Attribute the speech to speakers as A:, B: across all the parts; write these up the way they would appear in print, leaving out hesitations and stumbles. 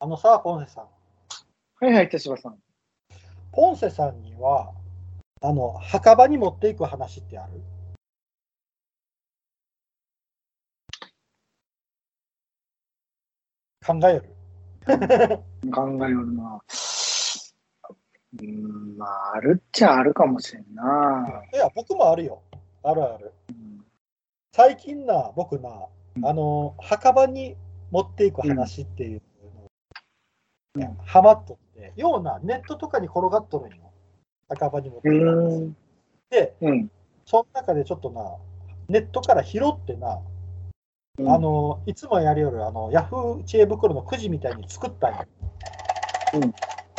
A: さ、ポンセさん。
B: はいはい、田島さん。
A: ポンセさんには、墓場に持っていく話ってある？考える。
B: 考えよるな。まあ、あるっちゃあるかもしれんな。
A: いや、僕もあるよ。あるある。
B: うん。
A: 最近僕墓場に持っていく
B: うん。
A: 話っていうのに
B: うん。
A: ハマっとって、ようなネットとかに転がっとるんよ。墓場に持っ
B: う
A: ていく話。
B: ん。
A: で、
B: うん。
A: その中でちょっとネットから拾って
B: うん。
A: いつもやるよるヤフー知恵袋のくじみたいに作ったんよ。
B: うん。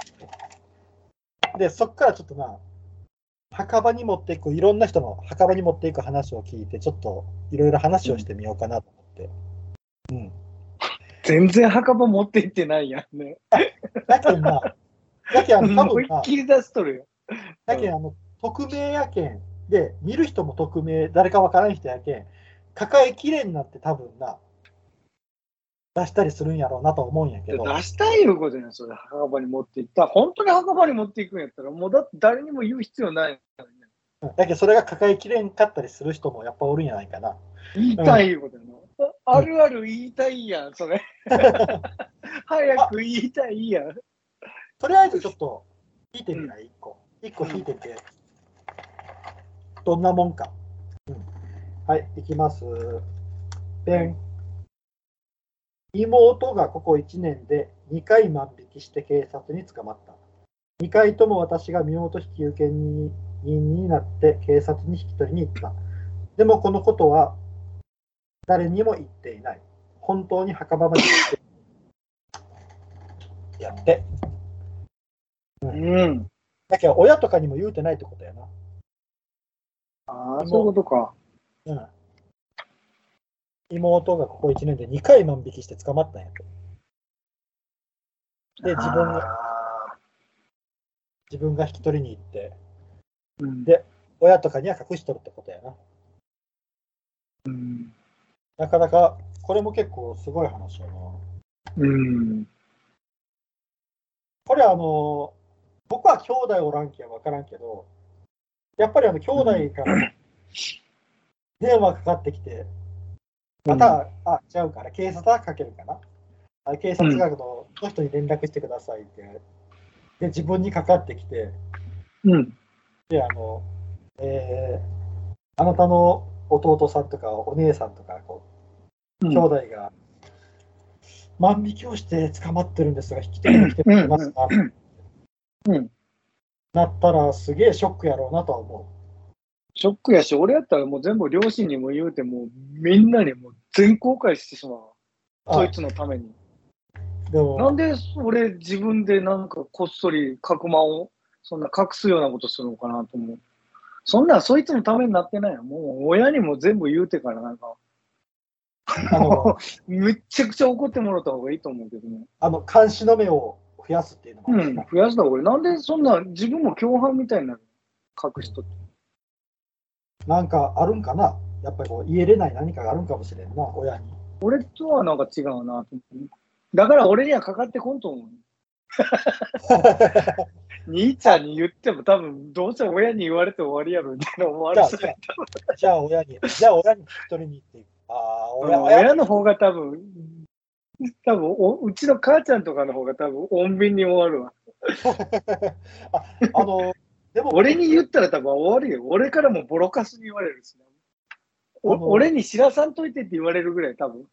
A: で、そっからちょっと墓場に持っていく、いろんな人の墓場に持っていく話を聞いて、ちょっといろいろ話をしてみようかなと思って。うん。
B: 全然墓場持って行ってないやんね。
A: やけんやけん多
B: 思
A: 分
B: いっきり出しとるよ。
A: やけん匿名やけんで、見る人も匿名、誰かわからん人やけん、抱えきれんなって多分出したりするんやろうなと思うんやけど、
B: 出したいいうことやん、それ墓場に持って行った。本当に墓場に持っていくんやったら、もうだって誰にも言う必要ない。
A: だけどそれが抱えきれんかったりする人もやっぱおるんじゃないかな。
B: 言い
A: うん。
B: たいいうことやな。あるある言いたいやん、それ。早
A: あ、
B: く言いたいやん。
A: とりあえずちょっと聞いて
B: うん。
A: みない？一個
B: うん。
A: 聞いてて、どんなもんか。うん。はい、いきます。
B: はい。
A: ペン。妹がここ1年で2回万引きして警察に捕まった。2回とも私が身元引受人になって警察に引き取りに行った。でもこのことは誰にも言っていない。本当に墓場まで持ってやって。う
B: う
A: ん。
B: ん。
A: だけど親とかにも言うてないってことやな。
B: ああ、そういう
A: 妹、
B: ことか。
A: うん、妹がここ1年で2回万引きして捕まったんやと。で、
B: ああ。
A: 自分が引き取りに行って、
B: うん。
A: で、親とかには隠しとるってことやな。
B: うん。
A: なかなか、これも結構すごい話やな。
B: うん。
A: これ僕は兄弟おらんけん分からんけど、やっぱり兄
B: うん。
A: 弟から電話かかってきて、
B: うん。
A: 違うから、警察はかけるかな。警察
B: うん。
A: がの人に連絡してくださいって。で、自分にかかってきて、
B: うん。
A: で、えあなたの弟さんとかお姉さんとか、兄
B: うん。
A: 弟が万引きをして捕まってるんですが、引き取りに来てもらえますか？
B: うん。
A: なったら、すげえショックやろうなとは思
B: ショックやし、俺やったらもう全部両親にも言うても、みんなにもう全公開してしまう。
A: う。
B: そいつのために。
A: でも、
B: なんで俺自分でなんかこっそりかくまをそんな隠すようなことするのかなと思う。そんなんそいつのためになってないよ。もう親にも全部言うてからなんか、
A: あの、
B: もうめっちゃくちゃ怒ってもらった方がいいと思うけどね。
A: 監視の目を増やすっていうのもあ
B: うん、
A: るしな。
B: 増やした方がいい。なんでそんな自分も共犯みたいになる隠しとって。
A: なんかあるんかな、やっぱり言えれない何かがあるんかもしれんな、親に。
B: 俺とはなんか違うなと思う。だから俺にはかかってこんと思う。兄ちゃんに言っても多分どうせ親に言われて終わりやろみたいな思わ
A: じゃあ、
B: れそうやった。
A: じゃあ親に引き取りに行っていく。親に引き取
B: 親の方が多分うちの母ちゃんとかの方が多分穏便に終わるわ。
A: りあの、でも僕、
B: 俺に言ったら多分終わるよ。俺からもボロカスに言われるし、ね、俺
A: あの、
B: に知らさんといてって言われるぐらい多分。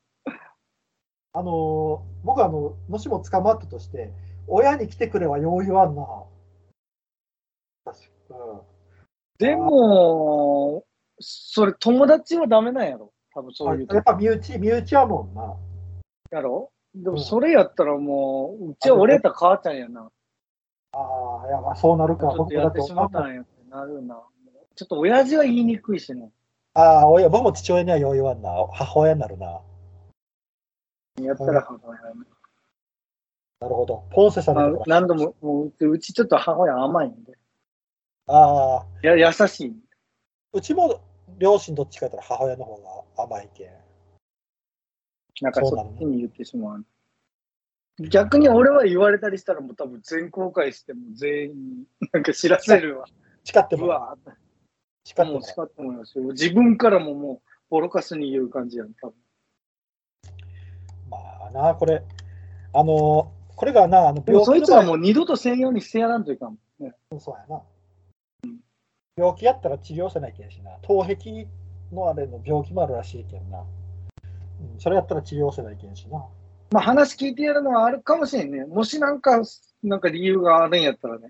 A: 僕もしも捕まったとして、親に来てくれはよう言わんな。確か
B: でも、それ友達はダメなんやろ。多分そういうとき。
A: やっぱ身内はもんな。
B: やろでも
A: うん。
B: それやったらもう、うちは俺やったら母ちゃんやな。
A: いや、まあそうなるか。
B: ちょっと
A: 僕もだって
B: やってしまったんやってなるな。ちょっと親父は言いにくいしね。
A: 僕も父親にはよう言わんな。母親になるな。
B: やっ
A: うん、
B: たら母親やな。
A: なるほど。ポンセさんの
B: まあ、
A: ところ。
B: 何度も、もうちちょっと母親甘いんで。
A: ああ、
B: 優しい。
A: うちも両親どっちかやったら母親の方が甘いけん。
B: なんかそっ
A: そうなるね。
B: ちに言ってしまう。 逆に俺は言われたりしたらもう多分全公開しても全員になんか知らせるわ。
A: 叱ってもらう。
B: うわー
A: 叱ってもらう。
B: もう叱ってもらいますよ。自分からももうボロカスに言う感じやん、多分。
A: まあな、これ、これがな、
B: でもそいつはもう二度と専用にしてやらんといかんもんね。
A: そうやな。病気やったら治療せないけんしな。頭壁のあれの病気もあるらしいけんな。それやったら治療せないけんしな。
B: まあ話聞いてやるのはあるかもしれんね。もしなんか理由があるんやったらね。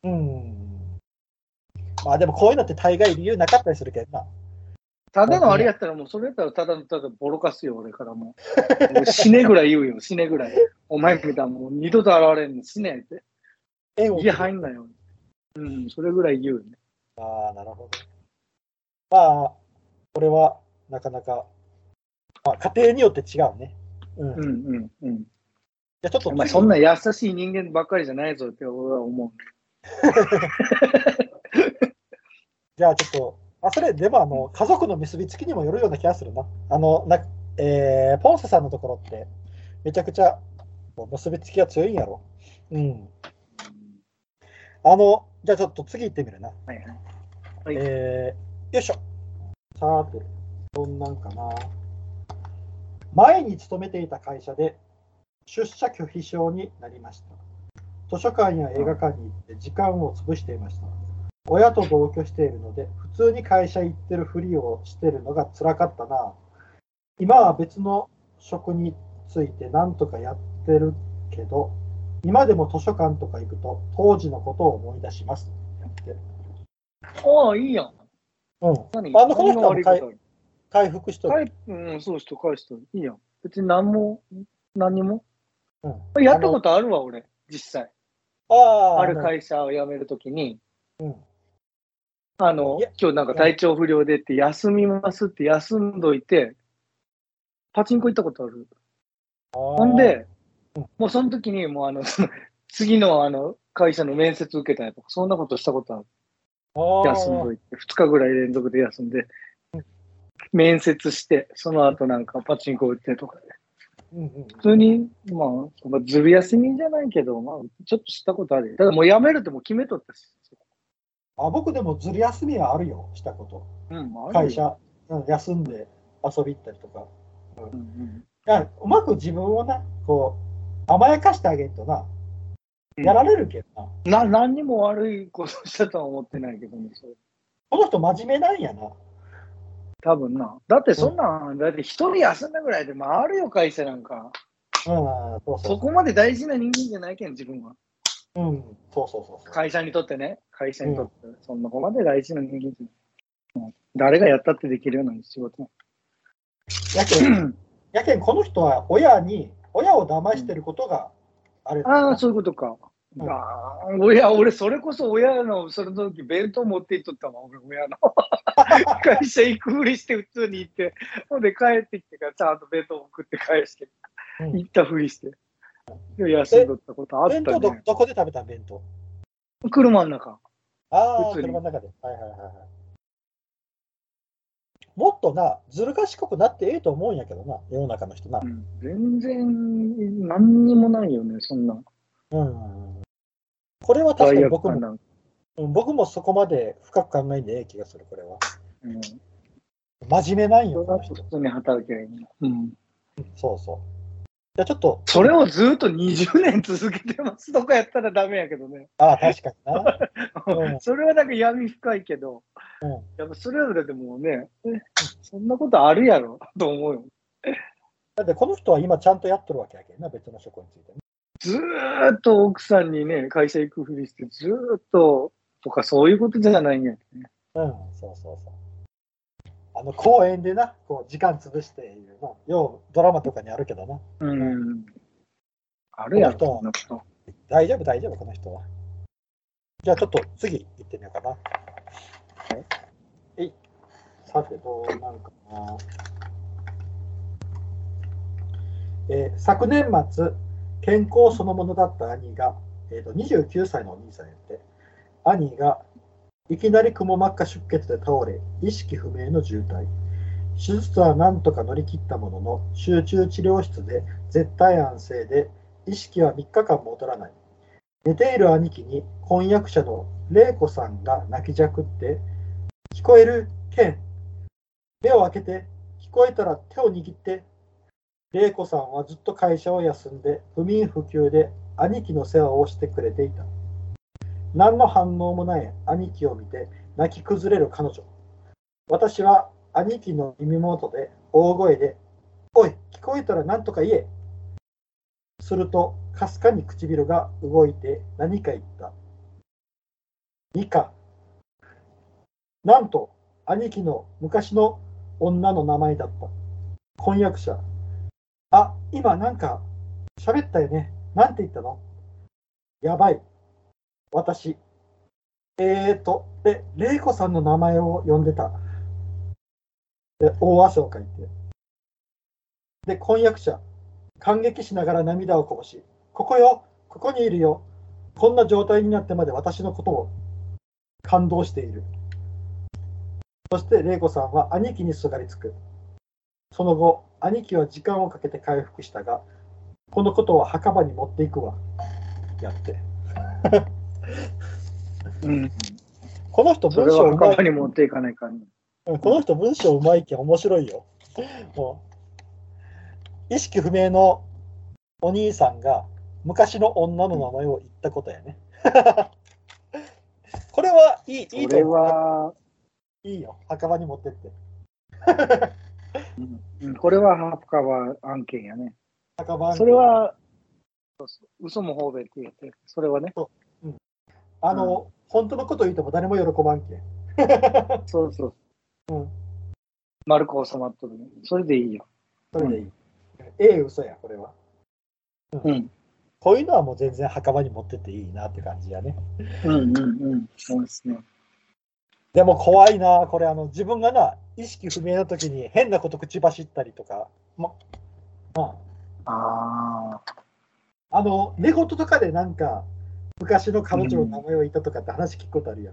A: まあでもこういうのって大概理由なかったりするけんな。
B: ただのあれやったらもうそれやったらただボロカスよ、俺からも。死ねぐらい言うよ、死ねぐらい。お前みたいなもう二度と現れんの死ねって。家入んなよ。それぐらい言うよね。
A: ああ、なるほど。まあ、これはなかなか、まあ、家庭によって違うね。じゃちょっと
B: まあそんな優しい人間ばっかりじゃないぞって俺は思う。
A: じゃあちょっと、それでも家族の結びつきにもよるような気がするな。ポンセさんのところってめちゃくちゃ結びつきが強いんやろ。じゃあちょっと次行ってみるな。よいしょ。さて、どんなんかな。前に勤めていた会社で出社拒否症になりました。図書館や映画館に行って時間を潰していました。親と同居しているので、普通に会社行ってるふりをしてるのが辛かったな。今は別の職について何とかやってるけど、今でも図書館とか行くと当時のことを思い出します。
B: ああ、いいやん。
A: この人は回復しとる。
B: そうして返しとる。いいやん。別に何にも。やったことあるわ、俺、実際。ある会社を辞めるときに、今日なんか体調不良でって休みますって休んどいて、パチンコ行ったことある。ほんで、もうその時にもう次の会社の面接受けたりとか、そんなことしたことある。休んどいて、2日ぐらい連続で休んで、面接して、その後なんかパチンコ打ってとかで。普通に、まあ、ずる休みじゃないけど、まあ、ちょっとしたことあるよ。ただもう辞めるってもう決めとったし。
A: 僕でもずる休みはあるよ、したこと。会社、休んで遊び行ったりとか。うまく自分をな、甘やかしてあげるとな、やられるけど
B: な。何にも悪いことしたとは思ってないけどね。
A: この人真面目なんやな。
B: 多分な。だってそんな、だって一人休んだぐらいで回るよ、会社なんか。そこまで大事な人間じゃないけん、自分は。会社にとってね。会社にとって。そんなこまで大事な人間じゃない。誰がやったってできるような仕事。
A: やけん、この人は親を騙してることがあれ。
B: そういうことか。俺、それこそ親の、その時、弁当持って行っとったわ、俺、親の。会社行くふりして、普通に行って、ほんで帰ってきてから、ちゃんと弁当送って返して、行ったふりして。休んどったことあったね。
A: 弁当どこで食べた弁当？
B: 車の中。
A: 車の中で。もっとな、ずる賢くなってええと思うんやけどな、世の中の人な。
B: 全然、何にもないよね、そんな。
A: これは確かに僕もそこまで深く考えんでええ気がする、これは。真面目なんよ。
B: 普通に働きゃいいな。
A: そうそう。じゃちょっと。
B: それをずっと20年続けてますとかやったらダメやけどね。
A: 確かに
B: な。それはなんか闇深いけど、やっぱそれはだってもうね、そんなことあるやろと思うよ。
A: だってこの人は今ちゃんとやってるわけやけんな、別の職についてね。
B: ずーっと奥さんにね、会社行くふりして、ずーっととかそういうことじゃないんやね。
A: そう。公園でな、時間潰しているな。ようドラマとかにあるけどな。
B: あるやろ、
A: この人。大丈夫、この人は。じゃあちょっと次行ってみようかな。さて、どうなんかな。昨年末、健康そのものだった兄が、29歳のお兄さんやって、兄がいきなりくも膜下出血で倒れ、意識不明の重体。手術は何とか乗り切ったものの、集中治療室で絶対安静で、 意識は3日間戻らない。寝ている兄貴に婚約者の玲子さんが泣きじゃくって、聞こえるケン、目を開けて、聞こえたら手を握って。玲子さんはずっと会社を休んで不眠不休で兄貴の世話をしてくれていた。何の反応もない兄貴を見て泣き崩れる彼女。私は兄貴の耳元で大声で、おい、聞こえたら何とか言え。すると、かすかに唇が動いて何か言った。ミカ。なんと、兄貴の昔の女の名前だった。婚約者。あ、今なんか喋ったよね。なんて言ったの？やばい。私。玲子さんの名前を呼んでた。で、大汗をかいて。で、婚約者。感激しながら涙をこぼし、ここよ、ここにいるよ。こんな状態になってまで私のことを感動している。そして玲子さんは兄貴にすがりつく。その後、兄貴は時間をかけて回復したが、このことは墓場に持っていくわ。やって。
B: うん、
A: この人文章うまい。
B: 墓場に持っていかないかんね。
A: この人文章うまいけん面白いよ。もう意識不明のお兄さんが昔の女の名前を言ったことやね。これはいいと思う。これはいいよ。墓場に持ってって。
B: これは墓場案件やね。
A: 墓場案件。
B: それは嘘も方便って言って、それはね。
A: 本当のこと言っても誰も喜ばんけん。
B: そうそう。丸く収まっとるね。それでいいよ。
A: それでいい。嘘や、これは。こういうのはもう全然墓場に持ってっていいなって感じやね。
B: そうですね。
A: でも怖いな、これ自分がな、意識不明の時に変なこと口走ったりとか。寝言とかでなんか、昔の彼女の名前を言ったとかって話聞くことあるやん。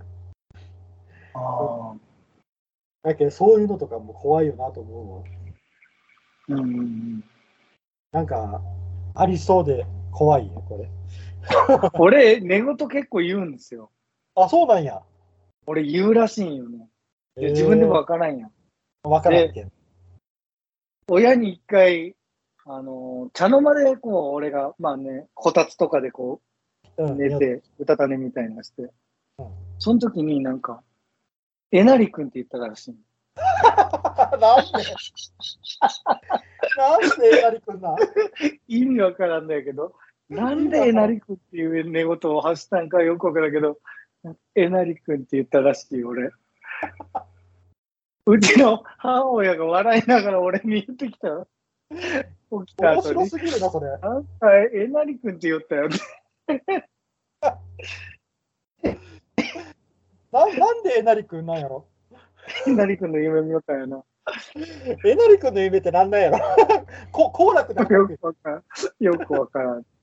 A: だけどそういうのとかも怖いよなと思うわ。なんか、ありそうで怖いよ、これ。
B: 俺、寝言結構言うんですよ。
A: あ、そうなんや。
B: 俺言うらしいんよね。自分でもわからんやん。
A: わからんけん。
B: 親に一回、茶の間でこう、俺が、こたつとかでこう、寝て、うたた寝みたいなして、その時になんか、えなりくんって言ったらしい。
A: なんでえなりくんな
B: 意味わからんだけど、なんでえなりくんっていう寝言を発したんかよくわからんけど、えなりくんって言ったらしい、俺。うちの母親が笑いながら俺に言ってきた。起きた後に。
A: 面白すぎるな、それ。
B: えなりくんって言ったよね。
A: なんでえなりくんなんやろ。
B: えなりくんの夢見よったんやな。
A: えなりくんの夢ってなんなんやろ。好楽だ
B: よくわからん。よくわからん。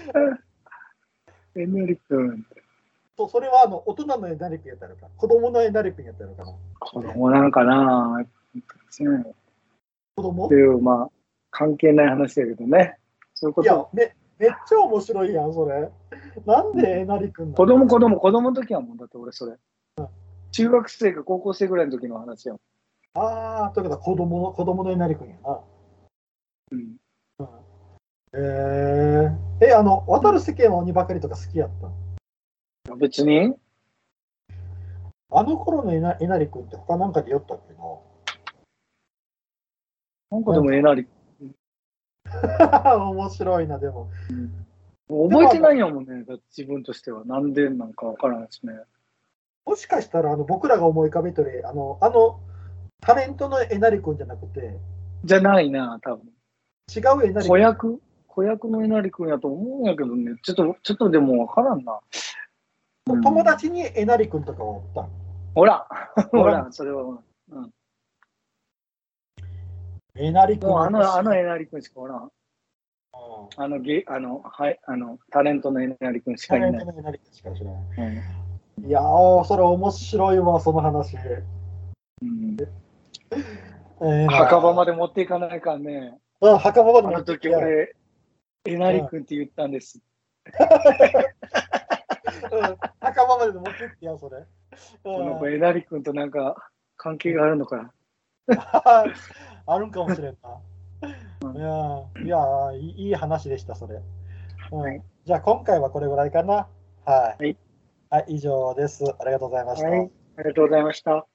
B: えなりくんって。
A: それは大人のえなりくんやったのか、子供のえなりくんやったのかな。
B: 子供なんかな。
A: 子供
B: っていう、関係ない話だけどね。そういうこと。
A: いや、めっちゃ面白いやん、それ。なんでえなりくんなの？
B: 子供の時はもんだって俺それ。中学生か高校生ぐらいの時の話やん。
A: ああ、ということは子供のえなりくんやな。渡る世間は鬼ばかりとか好きやった？
B: 別に。
A: あの頃のえなりくんって他なんかで酔ったっけな。
B: なんかでもえなり。
A: 面白いな、でも。
B: 覚えてないやもんね、自分としては。なんでなんかわからんしね。
A: もしかしたら僕らが思い浮かべとるタレントのえなりくんじゃなくて。
B: じゃないな、多分。
A: 違うえなりくん。
B: 子役のえなりくんやと思うんやけどね。ちょっとでもわからんな。
A: 友達にえなりくんとかはおったん？
B: ほら、それは。
A: えなりくん。
B: もうあのえなりくんしかおらん。タレントのえなりくんしかいない。
A: タレントのえなりくんしか知らない。いやー、それ面白いわ、その話。
B: 墓場まで持っていかないからね。
A: 墓場まで持
B: っていかない。 えなり君って言ったんです。
A: 仲間まで持ってってや、それ。
B: この子、えなり君となんか関係があるのかな。
A: あるんかもしれんな。いい話でした、それ。はい、じゃあ、今回はこれぐらいかな。はい。はい、以上です。ありがとうございました。
B: はい、ありがとうございました。